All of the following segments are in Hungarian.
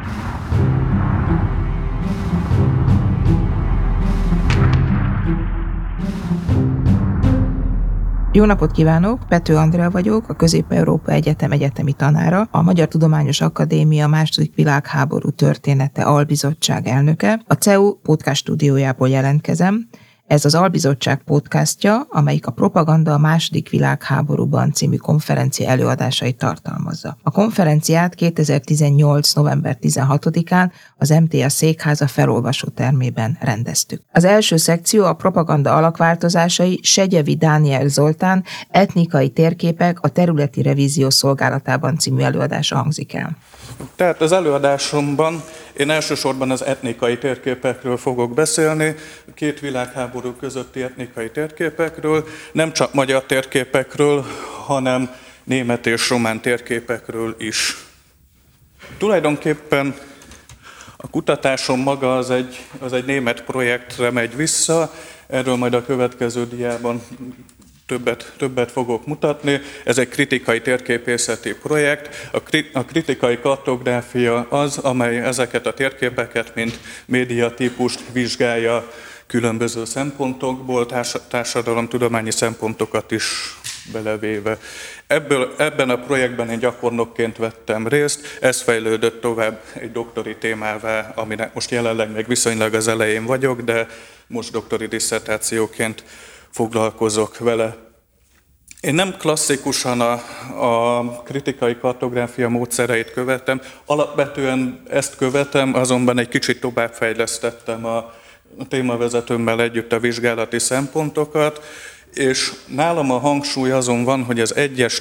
Jó napot kívánok! Pető Andrea vagyok, a Közép-Európa Egyetem egyetemi tanára, a Magyar Tudományos Akadémia II. Világháború története albizottság elnöke. A CEU podcast stúdiójából jelentkezem. Ez az albizottság podcastja, amelyik a Propaganda a II. Világháborúban című konferencia előadásait tartalmazza. A konferenciát 2018. november 16-án az MTA székháza felolvasótermében rendeztük. Az első szekció a propaganda alakváltozásai, Segyevi Dániel Zoltán etnikai térképek a területi revízió szolgálatában című előadása hangzik el. Tehát az előadásomban én elsősorban az etnikai térképekről fogok beszélni, két világháború közötti etnikai térképekről, nem csak magyar térképekről, hanem német és román térképekről is. Tulajdonképpen a kutatásom maga az egy német projektre megy vissza, erről majd a következő diában többet fogok mutatni. Ez egy kritikai térképészeti projekt. A kritikai kartográfia az, amely ezeket a térképeket, mint médiatípust vizsgálja különböző szempontokból, társadalomtudományi szempontokat is belevéve. Ebben a projektben én gyakornokként vettem részt, ez fejlődött tovább egy doktori témává, aminek most jelenleg még viszonylag az elején vagyok, de most doktori disszertációként foglalkozok vele. Én nem klasszikusan a kritikai kartográfia módszereit követem, alapvetően ezt követem, azonban egy kicsit továbbfejlesztettem a témavezetőmmel együtt a vizsgálati szempontokat, és nálam a hangsúly azon van, hogy az egyes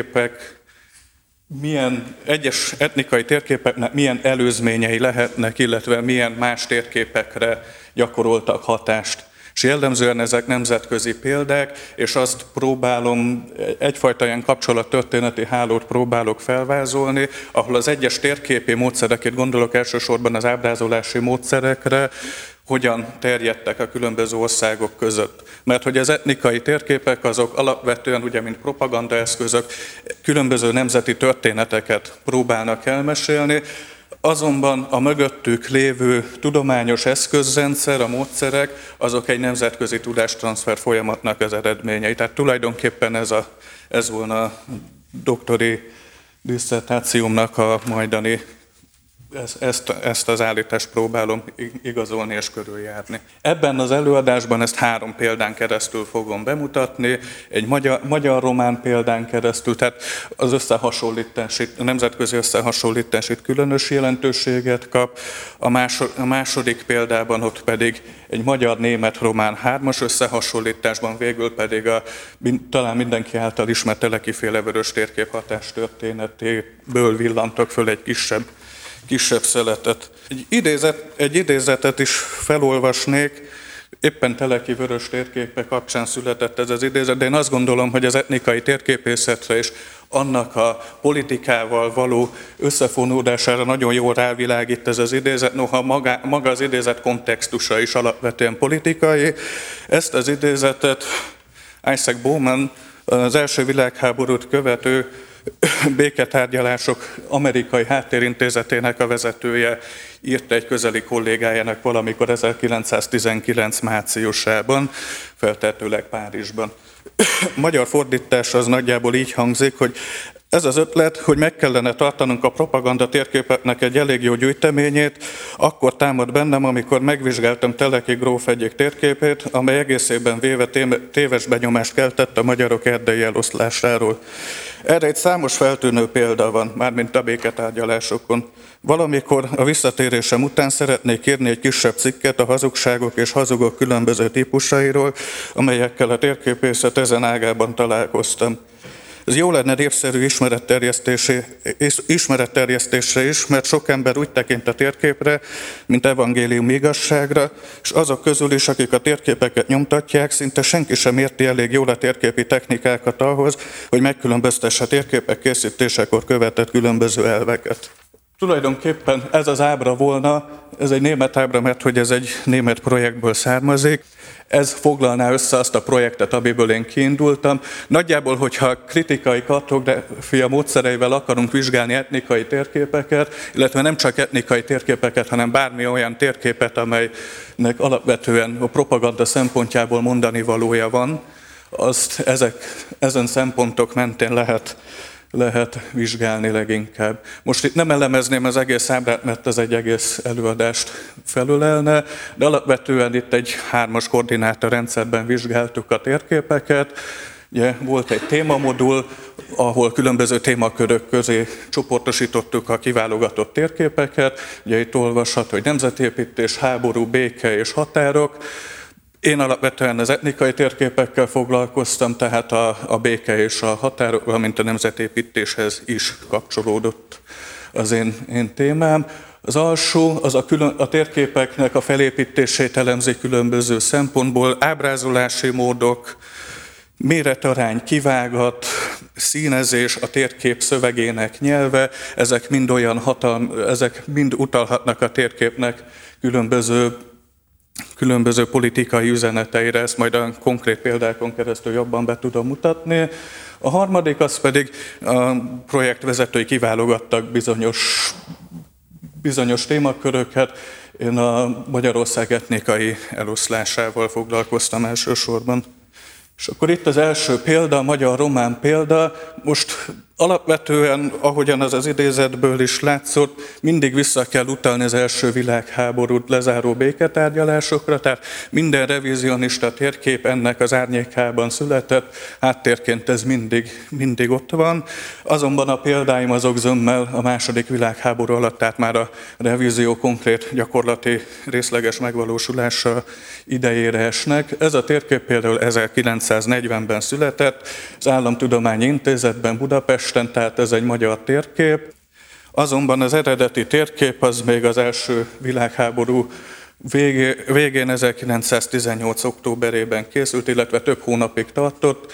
etnikai térképeknek milyen előzményei lehetnek, illetve milyen más térképekre gyakoroltak hatást. És jellemzően ezek nemzetközi példák, és azt próbálom, egyfajta ilyen kapcsolattörténeti hálót próbálok felvázolni, ahol az egyes térképi módszereket, gondolok elsősorban az ábrázolási módszerekre, hogyan terjedtek a különböző országok között. Mert hogy az etnikai térképek azok alapvetően, ugye, mint propagandaeszközök, különböző nemzeti történeteket próbálnak elmesélni, azonban a mögöttük lévő tudományos eszközrendszer, a módszerek, azok egy nemzetközi tudástranszfer folyamatnak az eredményei. Tehát tulajdonképpen ez volna a doktori disszertációmnak a majdani, ezt az állítást próbálom igazolni és körüljárni. Ebben az előadásban ezt 3 példán keresztül fogom bemutatni, egy magyar-román példán keresztül, tehát az összehasonlítás, a nemzetközi összehasonlítás itt különös jelentőséget kap, a második példában ott pedig egy magyar-német-román 3-as összehasonlításban, végül pedig talán mindenki által ismert Teleki-féle vörös térkép hatás történetéből villantok föl egy kisebb szeletet. Egy idézetet is felolvasnék, éppen Teleki vörös térképe kapcsán született ez az idézet, de én azt gondolom, hogy az etnikai térképészetre és annak a politikával való összefonódására nagyon jól rávilágít ez az idézet, noha maga az idézet kontextusa is alapvetően politikai. Ezt az idézetet Isaac Bowman, az első világháborút követő béketárgyalások amerikai háttérintézetének a vezetője írta egy közeli kollégájának valamikor 1919 márciusában, feltehetőleg Párizsban. Magyar fordítás az nagyjából így hangzik, hogy ez az ötlet, hogy meg kellene tartanunk a propaganda térképeknek egy elég jó gyűjteményét, akkor támad bennem, amikor megvizsgáltam Teleki gróf egyik térképét, amely egészében véve téves benyomást keltett a magyarok erdei eloszlásáról. Erre egy számos feltűnő példa van, mármint a béketárgyalásokon. Valamikor a visszatérésem után szeretnék írni egy kisebb cikket a hazugságok és hazugok különböző típusairól, amelyekkel a térképészet ezen ágában találkoztam. Ez jó lenne népszerű ismeretterjesztésre is, mert sok ember úgy tekint a térképre, mint evangélium igazságra, és azok közül is, akik a térképeket nyomtatják, szinte senki sem érti elég jól a térképi technikákat ahhoz, hogy megkülönböztesse a térképek készítésekor követett különböző elveket. Tulajdonképpen ez az ábra volna, ez egy német ábra, mert hogy ez egy német projektből származik. Ez foglalná össze azt a projektet, amiből én kiindultam. Nagyjából, hogyha kritikai kartográfia módszereivel akarunk vizsgálni etnikai térképeket, illetve nem csak etnikai térképeket, hanem bármi olyan térképet, amelynek alapvetően a propaganda szempontjából mondani valója van, azt ezen szempontok mentén lehet vizsgálni leginkább. Most itt nem elemezném az egész ábrát, mert ez egy egész előadást felölelne, de alapvetően itt egy 3-as koordinátorrendszerben vizsgáltuk a térképeket. Ugye volt egy témamodul, ahol különböző témakörök közé csoportosítottuk a kiválogatott térképeket. Ugye itt olvasható, hogy nemzetépítés, háború, béke és határok. Én alapvetően az etnikai térképekkel foglalkoztam, tehát a béke és a határok, valamint a nemzetépítéshez is kapcsolódott az én témám. Az alsó, az a térképeknek a felépítését elemzi különböző szempontból, ábrázolási módok, méretarány, kivágat, színezés, a térkép szövegének nyelve, ezek mind utalhatnak a térképnek különböző politikai üzeneteire, ezt majd a konkrét példákon keresztül jobban be tudom mutatni. A harmadik, az pedig a projektvezetői kiválogattak bizonyos témaköröket. Én a Magyarország etnikai eloszlásával foglalkoztam elsősorban. És akkor itt az első példa, a magyar-román példa. Most alapvetően, ahogyan az idézetből is látszott, mindig vissza kell utalni az első világháborút lezáró béketárgyalásokra, tehát minden revizionista térkép ennek az árnyékában született, háttérként ez mindig ott van. Azonban a példáim azok zömmel a második világháború alatt, tehát már a revízió konkrét gyakorlati részleges megvalósulása idejére esnek. Ez a térkép például 1940-ben született, az Államtudományi Intézetben Budapesten, tehát ez egy magyar térkép. Azonban az eredeti térkép az még az első világháború végén 1918. októberében készült, illetve több hónapig tartott,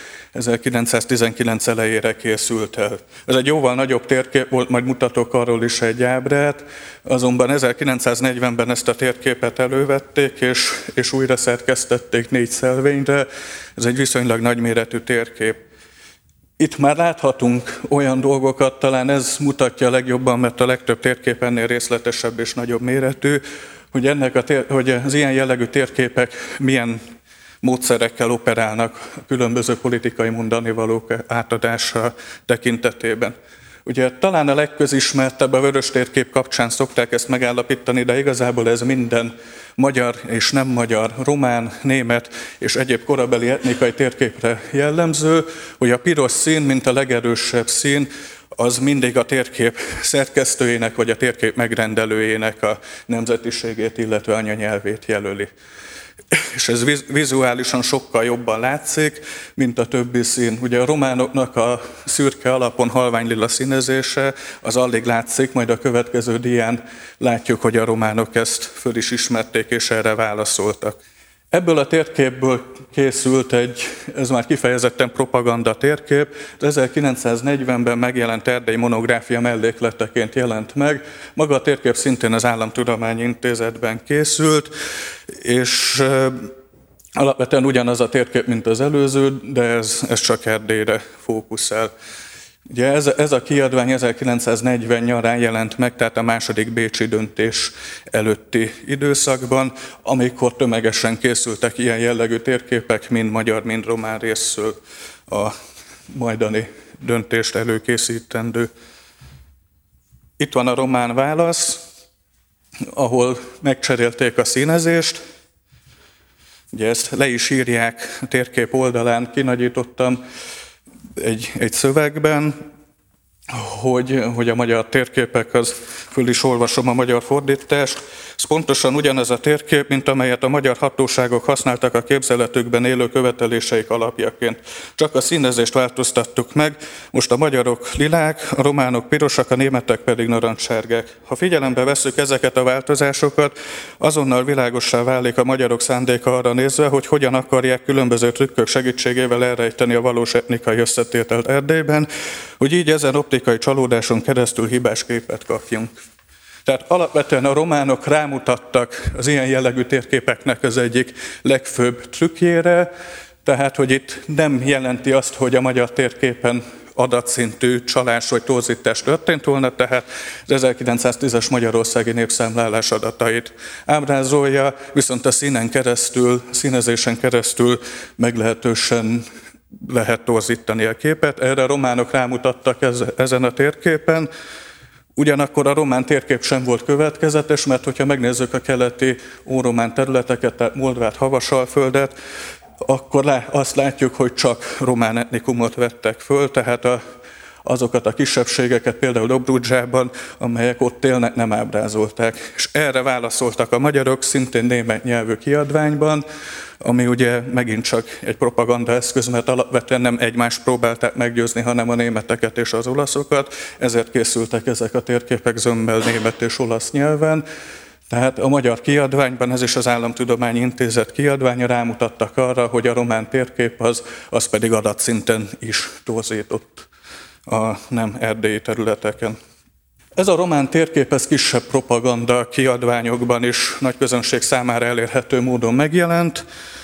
1919 elejére készült el. Ez egy jóval nagyobb térkép volt, majd mutatok arról is egy ábrát, azonban 1940-ben ezt a térképet elővették, és újra szerkesztették 4 szelvényre. Ez egy viszonylag nagyméretű térkép. Itt már láthatunk olyan dolgokat, talán ez mutatja legjobban, mert a legtöbb térkép ennél részletesebb és nagyobb méretű, hogy az ilyen jellegű térképek milyen módszerekkel operálnak a különböző politikai mondanivalók átadása tekintetében. Ugye talán a legközismertebb a vörös térkép kapcsán szokták ezt megállapítani, de igazából ez minden magyar és nem magyar, román, német és egyéb korabeli etnikai térképre jellemző, hogy a piros szín, mint a legerősebb szín, az mindig a térkép szerkesztőjének vagy a térkép megrendelőjének a nemzetiségét, illetve anyanyelvét jelöli. És ez vizuálisan sokkal jobban látszik, mint a többi szín. Ugye a románoknak a szürke alapon halványlila színezése, az alig látszik, majd a következő dián látjuk, hogy a románok ezt föl is ismerték, és erre válaszoltak. Ebből a térképből készült ez már kifejezetten propaganda térkép, 1940-ben megjelent erdélyi monográfia mellékleteként jelent meg. Maga a térkép szintén az Államtudományi Intézetben készült, és alapvetően ugyanaz a térkép, mint az előző, de ez csak Erdélyre fókuszál. Ugye ez a kiadvány 1940 nyarán jelent meg, tehát a második bécsi döntés előtti időszakban, amikor tömegesen készültek ilyen jellegű térképek, mind magyar, mind román részről a majdani döntést előkészítendő. Itt van a román válasz, ahol megcserélték a színezést. Ugye ezt le is írják a térkép oldalán, kinagyítottam egy szövegben, hogy a magyar térképek, föl is olvasom a magyar fordítást. Ez pontosan ugyanez a térkép, mint amelyet a magyar hatóságok használtak a képzeletükben élő követeléseik alapjaként. Csak a színezést változtattuk meg, most a magyarok lilák, a románok pirosak, a németek pedig narancssárgák. Ha figyelembe vesszük ezeket a változásokat, azonnal világossá válik a magyarok szándéka arra nézve, hogy hogyan akarják különböző trükkök segítségével elrejteni a valós etnikai összetételt Erdélyben, hogy így ezen optikai politikai csalódáson keresztül hibás képet kapjunk. Tehát alapvetően a románok rámutattak az ilyen jellegű térképeknek az egyik legfőbb trükkjére, tehát hogy itt nem jelenti azt, hogy a magyar térképen adatszintű csalás vagy torzítás történt volna, tehát az 1910-es magyarországi népszámlálás adatait ábrázolja, viszont a színezésen keresztül meglehetősen lehet torzítani a képet. Erre a románok rámutattak ezen a térképen. Ugyanakkor a román térkép sem volt következetes, mert hogyha megnézzük a keleti óromán területeket, tehát Moldvát, Havasalföldet, akkor azt látjuk, hogy csak román etnikumot vettek föl, tehát azokat a kisebbségeket, például Dobrudzsában, amelyek ott élnek, nem ábrázolták. És erre válaszoltak a magyarok, szintén német nyelvű kiadványban, ami ugye megint csak egy propagandaeszköz, mert alapvetően nem egymást próbálták meggyőzni, hanem a németeket és az olaszokat, ezért készültek ezek a térképek zömmel német és olasz nyelven. Tehát a magyar kiadványban, ez is az Államtudományi Intézet kiadványa, rámutattak arra, hogy a román térkép az pedig adatszinten is torzított a nem erdélyi területeken. Ez a román térkép, ez kisebb propaganda kiadványokban is nagy közönség számára elérhető módon megjelent,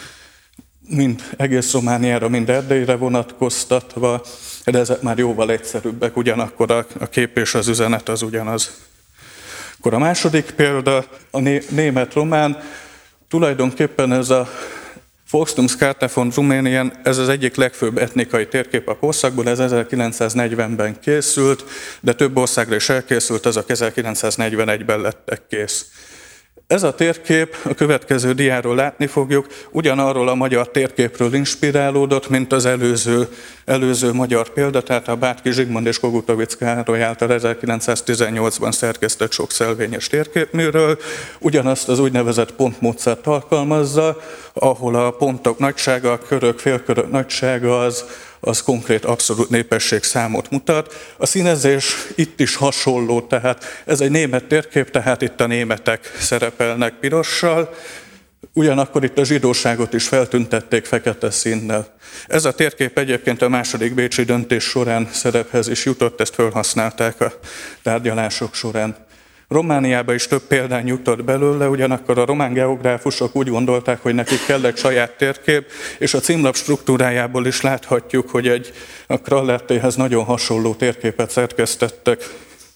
mind egész Romániára, mind Erdélyre vonatkoztatva, de ezek már jóval egyszerűbbek, ugyanakkor a kép és az üzenet az ugyanaz. Akkor a második példa, a német-román, tulajdonképpen ez a Volkstumskarte von Rumänien, ez az egyik legfőbb etnikai térkép a korszakból, ez 1940-ben készült, de több országra is elkészült, azok 1941-ben lettek kész. Ez a térkép, a következő diáról látni fogjuk, ugyanarról a magyar térképről inspirálódott, mint az előző magyar példa, tehát a Bátki Zsigmond és Kogutovics Károly által 1918-ban szerkesztett sokszelvényes térképműről. Ugyanazt az úgynevezett pontmódszert alkalmazza, ahol a pontok nagysága, a körök, félkörök nagysága az konkrét abszolút népességszámot mutat. A színezés itt is hasonló, tehát ez egy német térkép, tehát itt a németek szerepelnek pirossal, ugyanakkor itt a zsidóságot is feltüntették fekete színnel. Ez a térkép egyébként a második bécsi döntés során szerephez is jutott, ezt felhasználták a tárgyalások során. Romániában is több példány jutott belőle, ugyanakkor a román geográfusok úgy gondolták, hogy nekik kell egy saját térkép, és a címlap struktúrájából is láthatjuk, hogy a Krallertéhez nagyon hasonló térképet szerkesztettek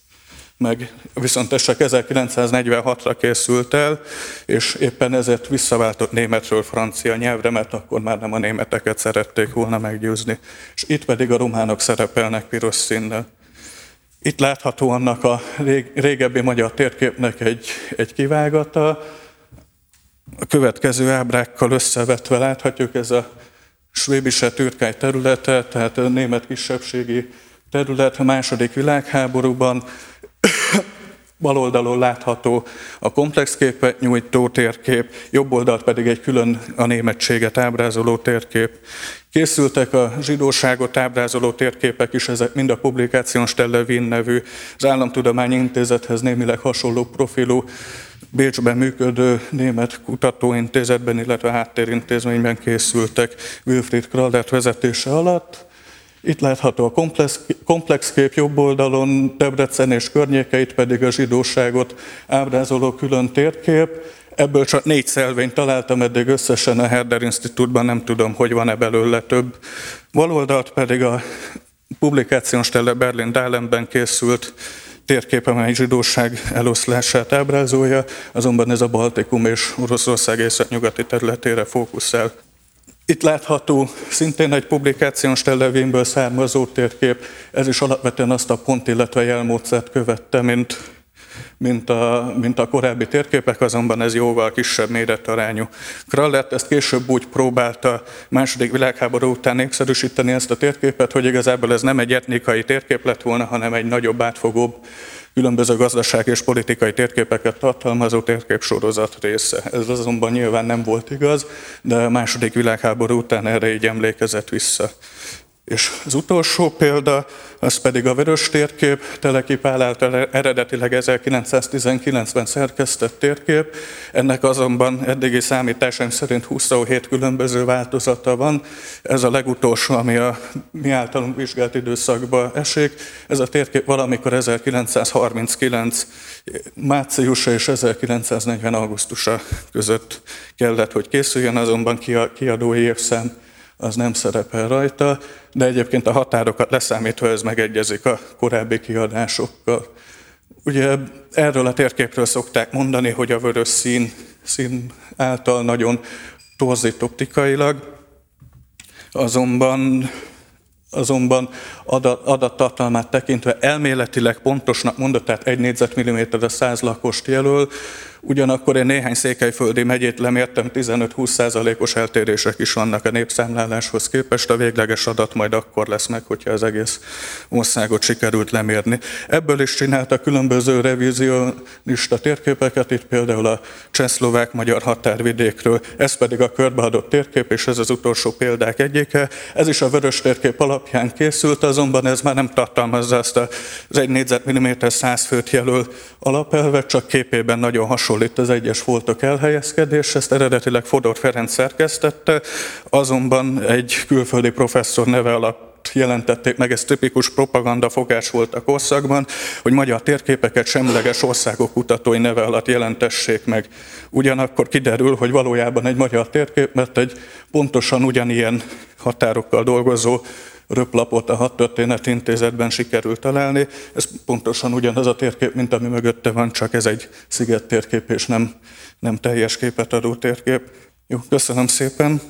meg, viszont ez csak 1946-ra készült el, és éppen ezért visszaváltott németről francia nyelvre, mert akkor már nem a németeket szerették volna meggyőzni. És itt pedig a románok szerepelnek piros színnel. Itt látható annak a régebbi magyar térképnek egy kivágata. A következő ábrákkal összevetve láthatjuk, ez a Schwäbische Türkei területe, tehát a német kisebbségi terület a második világháborúban. Bal oldalon látható a komplex képet nyújtó térkép, jobb oldalt pedig egy külön a németséget ábrázoló térkép. Készültek a zsidóságot ábrázoló térképek is, ezek mind a Publikationsstelle Wien nevű, az Államtudományi Intézethez némileg hasonló profilú, Bécsben működő német kutatóintézetben, illetve háttérintézményben készültek Wilfried Krallert vezetése alatt. Itt látható a komplex kép jobb oldalon, Debrecen és környékeit pedig a zsidóságot ábrázoló külön térkép. Ebből csak 4 szelvényt találtam eddig összesen a Herder Institute-ban, nem tudom, hogy van-e belőle több. Baloldalt pedig a Publikationsstelle Berlin-Dahlemben készült térkép, amely zsidóság eloszlását ábrázolja, azonban ez a Baltikum és Oroszország északnyugati területére fókuszál. Itt látható szintén egy Publikationsstelle Wienből származó térkép, ez is alapvetően azt a pont, illetve jelmódszert követte, mint a korábbi térképek, azonban ez jóval kisebb méretarányú. Krallert ezt később úgy próbálta második világháború után népszerűsíteni ezt a térképet, hogy igazából ez nem egy etnikai térkép lett volna, hanem egy nagyobb, átfogóbb, különböző gazdasági és politikai térképeket tartalmazó térképsorozat része. Ez azonban nyilván nem volt igaz, de a második világháború után erre így emlékezett vissza. És az utolsó példa, az pedig a vörös térkép, Teleki Pál által eredetileg 1919-ben szerkesztett térkép. Ennek azonban eddigi számításaim szerint 27 különböző változata van. Ez a legutolsó, ami a mi általunk vizsgált időszakba esik. Ez a térkép valamikor 1939 márciusa és 1940 augusztusa között kellett, hogy készüljön, azonban kiadói évszám az nem szerepel rajta, de egyébként a határokat leszámítva ez megegyezik a korábbi kiadásokkal. Ugye erről a térképről szokták mondani, hogy a vörös szín által nagyon torzít optikailag, azonban adattartalmát tekintve elméletileg pontosnak mondott, tehát 1 négyzetmilliméterre 100 lakost jelöl, ugyanakkor én néhány székelyföldi megyét lemértem, 15-20%-os eltérések is vannak a népszámláláshoz képest, a végleges adat majd akkor lesz meg, hogyha az egész országot sikerült lemérni. Ebből is csináltak különböző revizionista térképeket, itt például a cseh-szlovák-magyar határvidékről, ez pedig a körbeadott térkép, és ez az utolsó példák egyike. Ez is a vörös térkép alapján készült, azonban ez már nem tartalmazza azt az 1 négyzetmilliméter 100 főt jelöl alapelvet, csak képében nagyon hasonlít az egyes foltok elhelyezkedés, ezt eredetileg Fodor Ferenc szerkesztette, azonban egy külföldi professzor neve alatt jelentették meg, ez tipikus propagandafogás volt a korszakban, hogy magyar térképeket semleges országok kutatói neve alatt jelentessék meg. Ugyanakkor kiderül, hogy valójában egy magyar térkép, mert egy pontosan ugyanilyen határokkal dolgozó röplapot a Hadtörténeti Intézetben sikerült találni. Ez pontosan ugyanaz a térkép, mint ami mögötte van, csak ez egy sziget térkép, és nem teljes képet adó térkép. Jó, köszönöm szépen.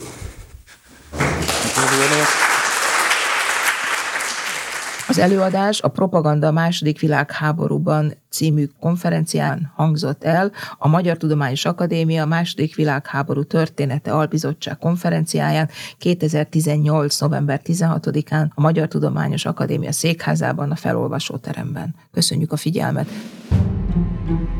Az előadás a Propaganda a II. Világháborúban című konferencián hangzott el, a Magyar Tudományos Akadémia II. Világháború Története Albizottság konferenciáján 2018. november 16-án a Magyar Tudományos Akadémia székházában, a felolvasóteremben. Köszönjük a figyelmet!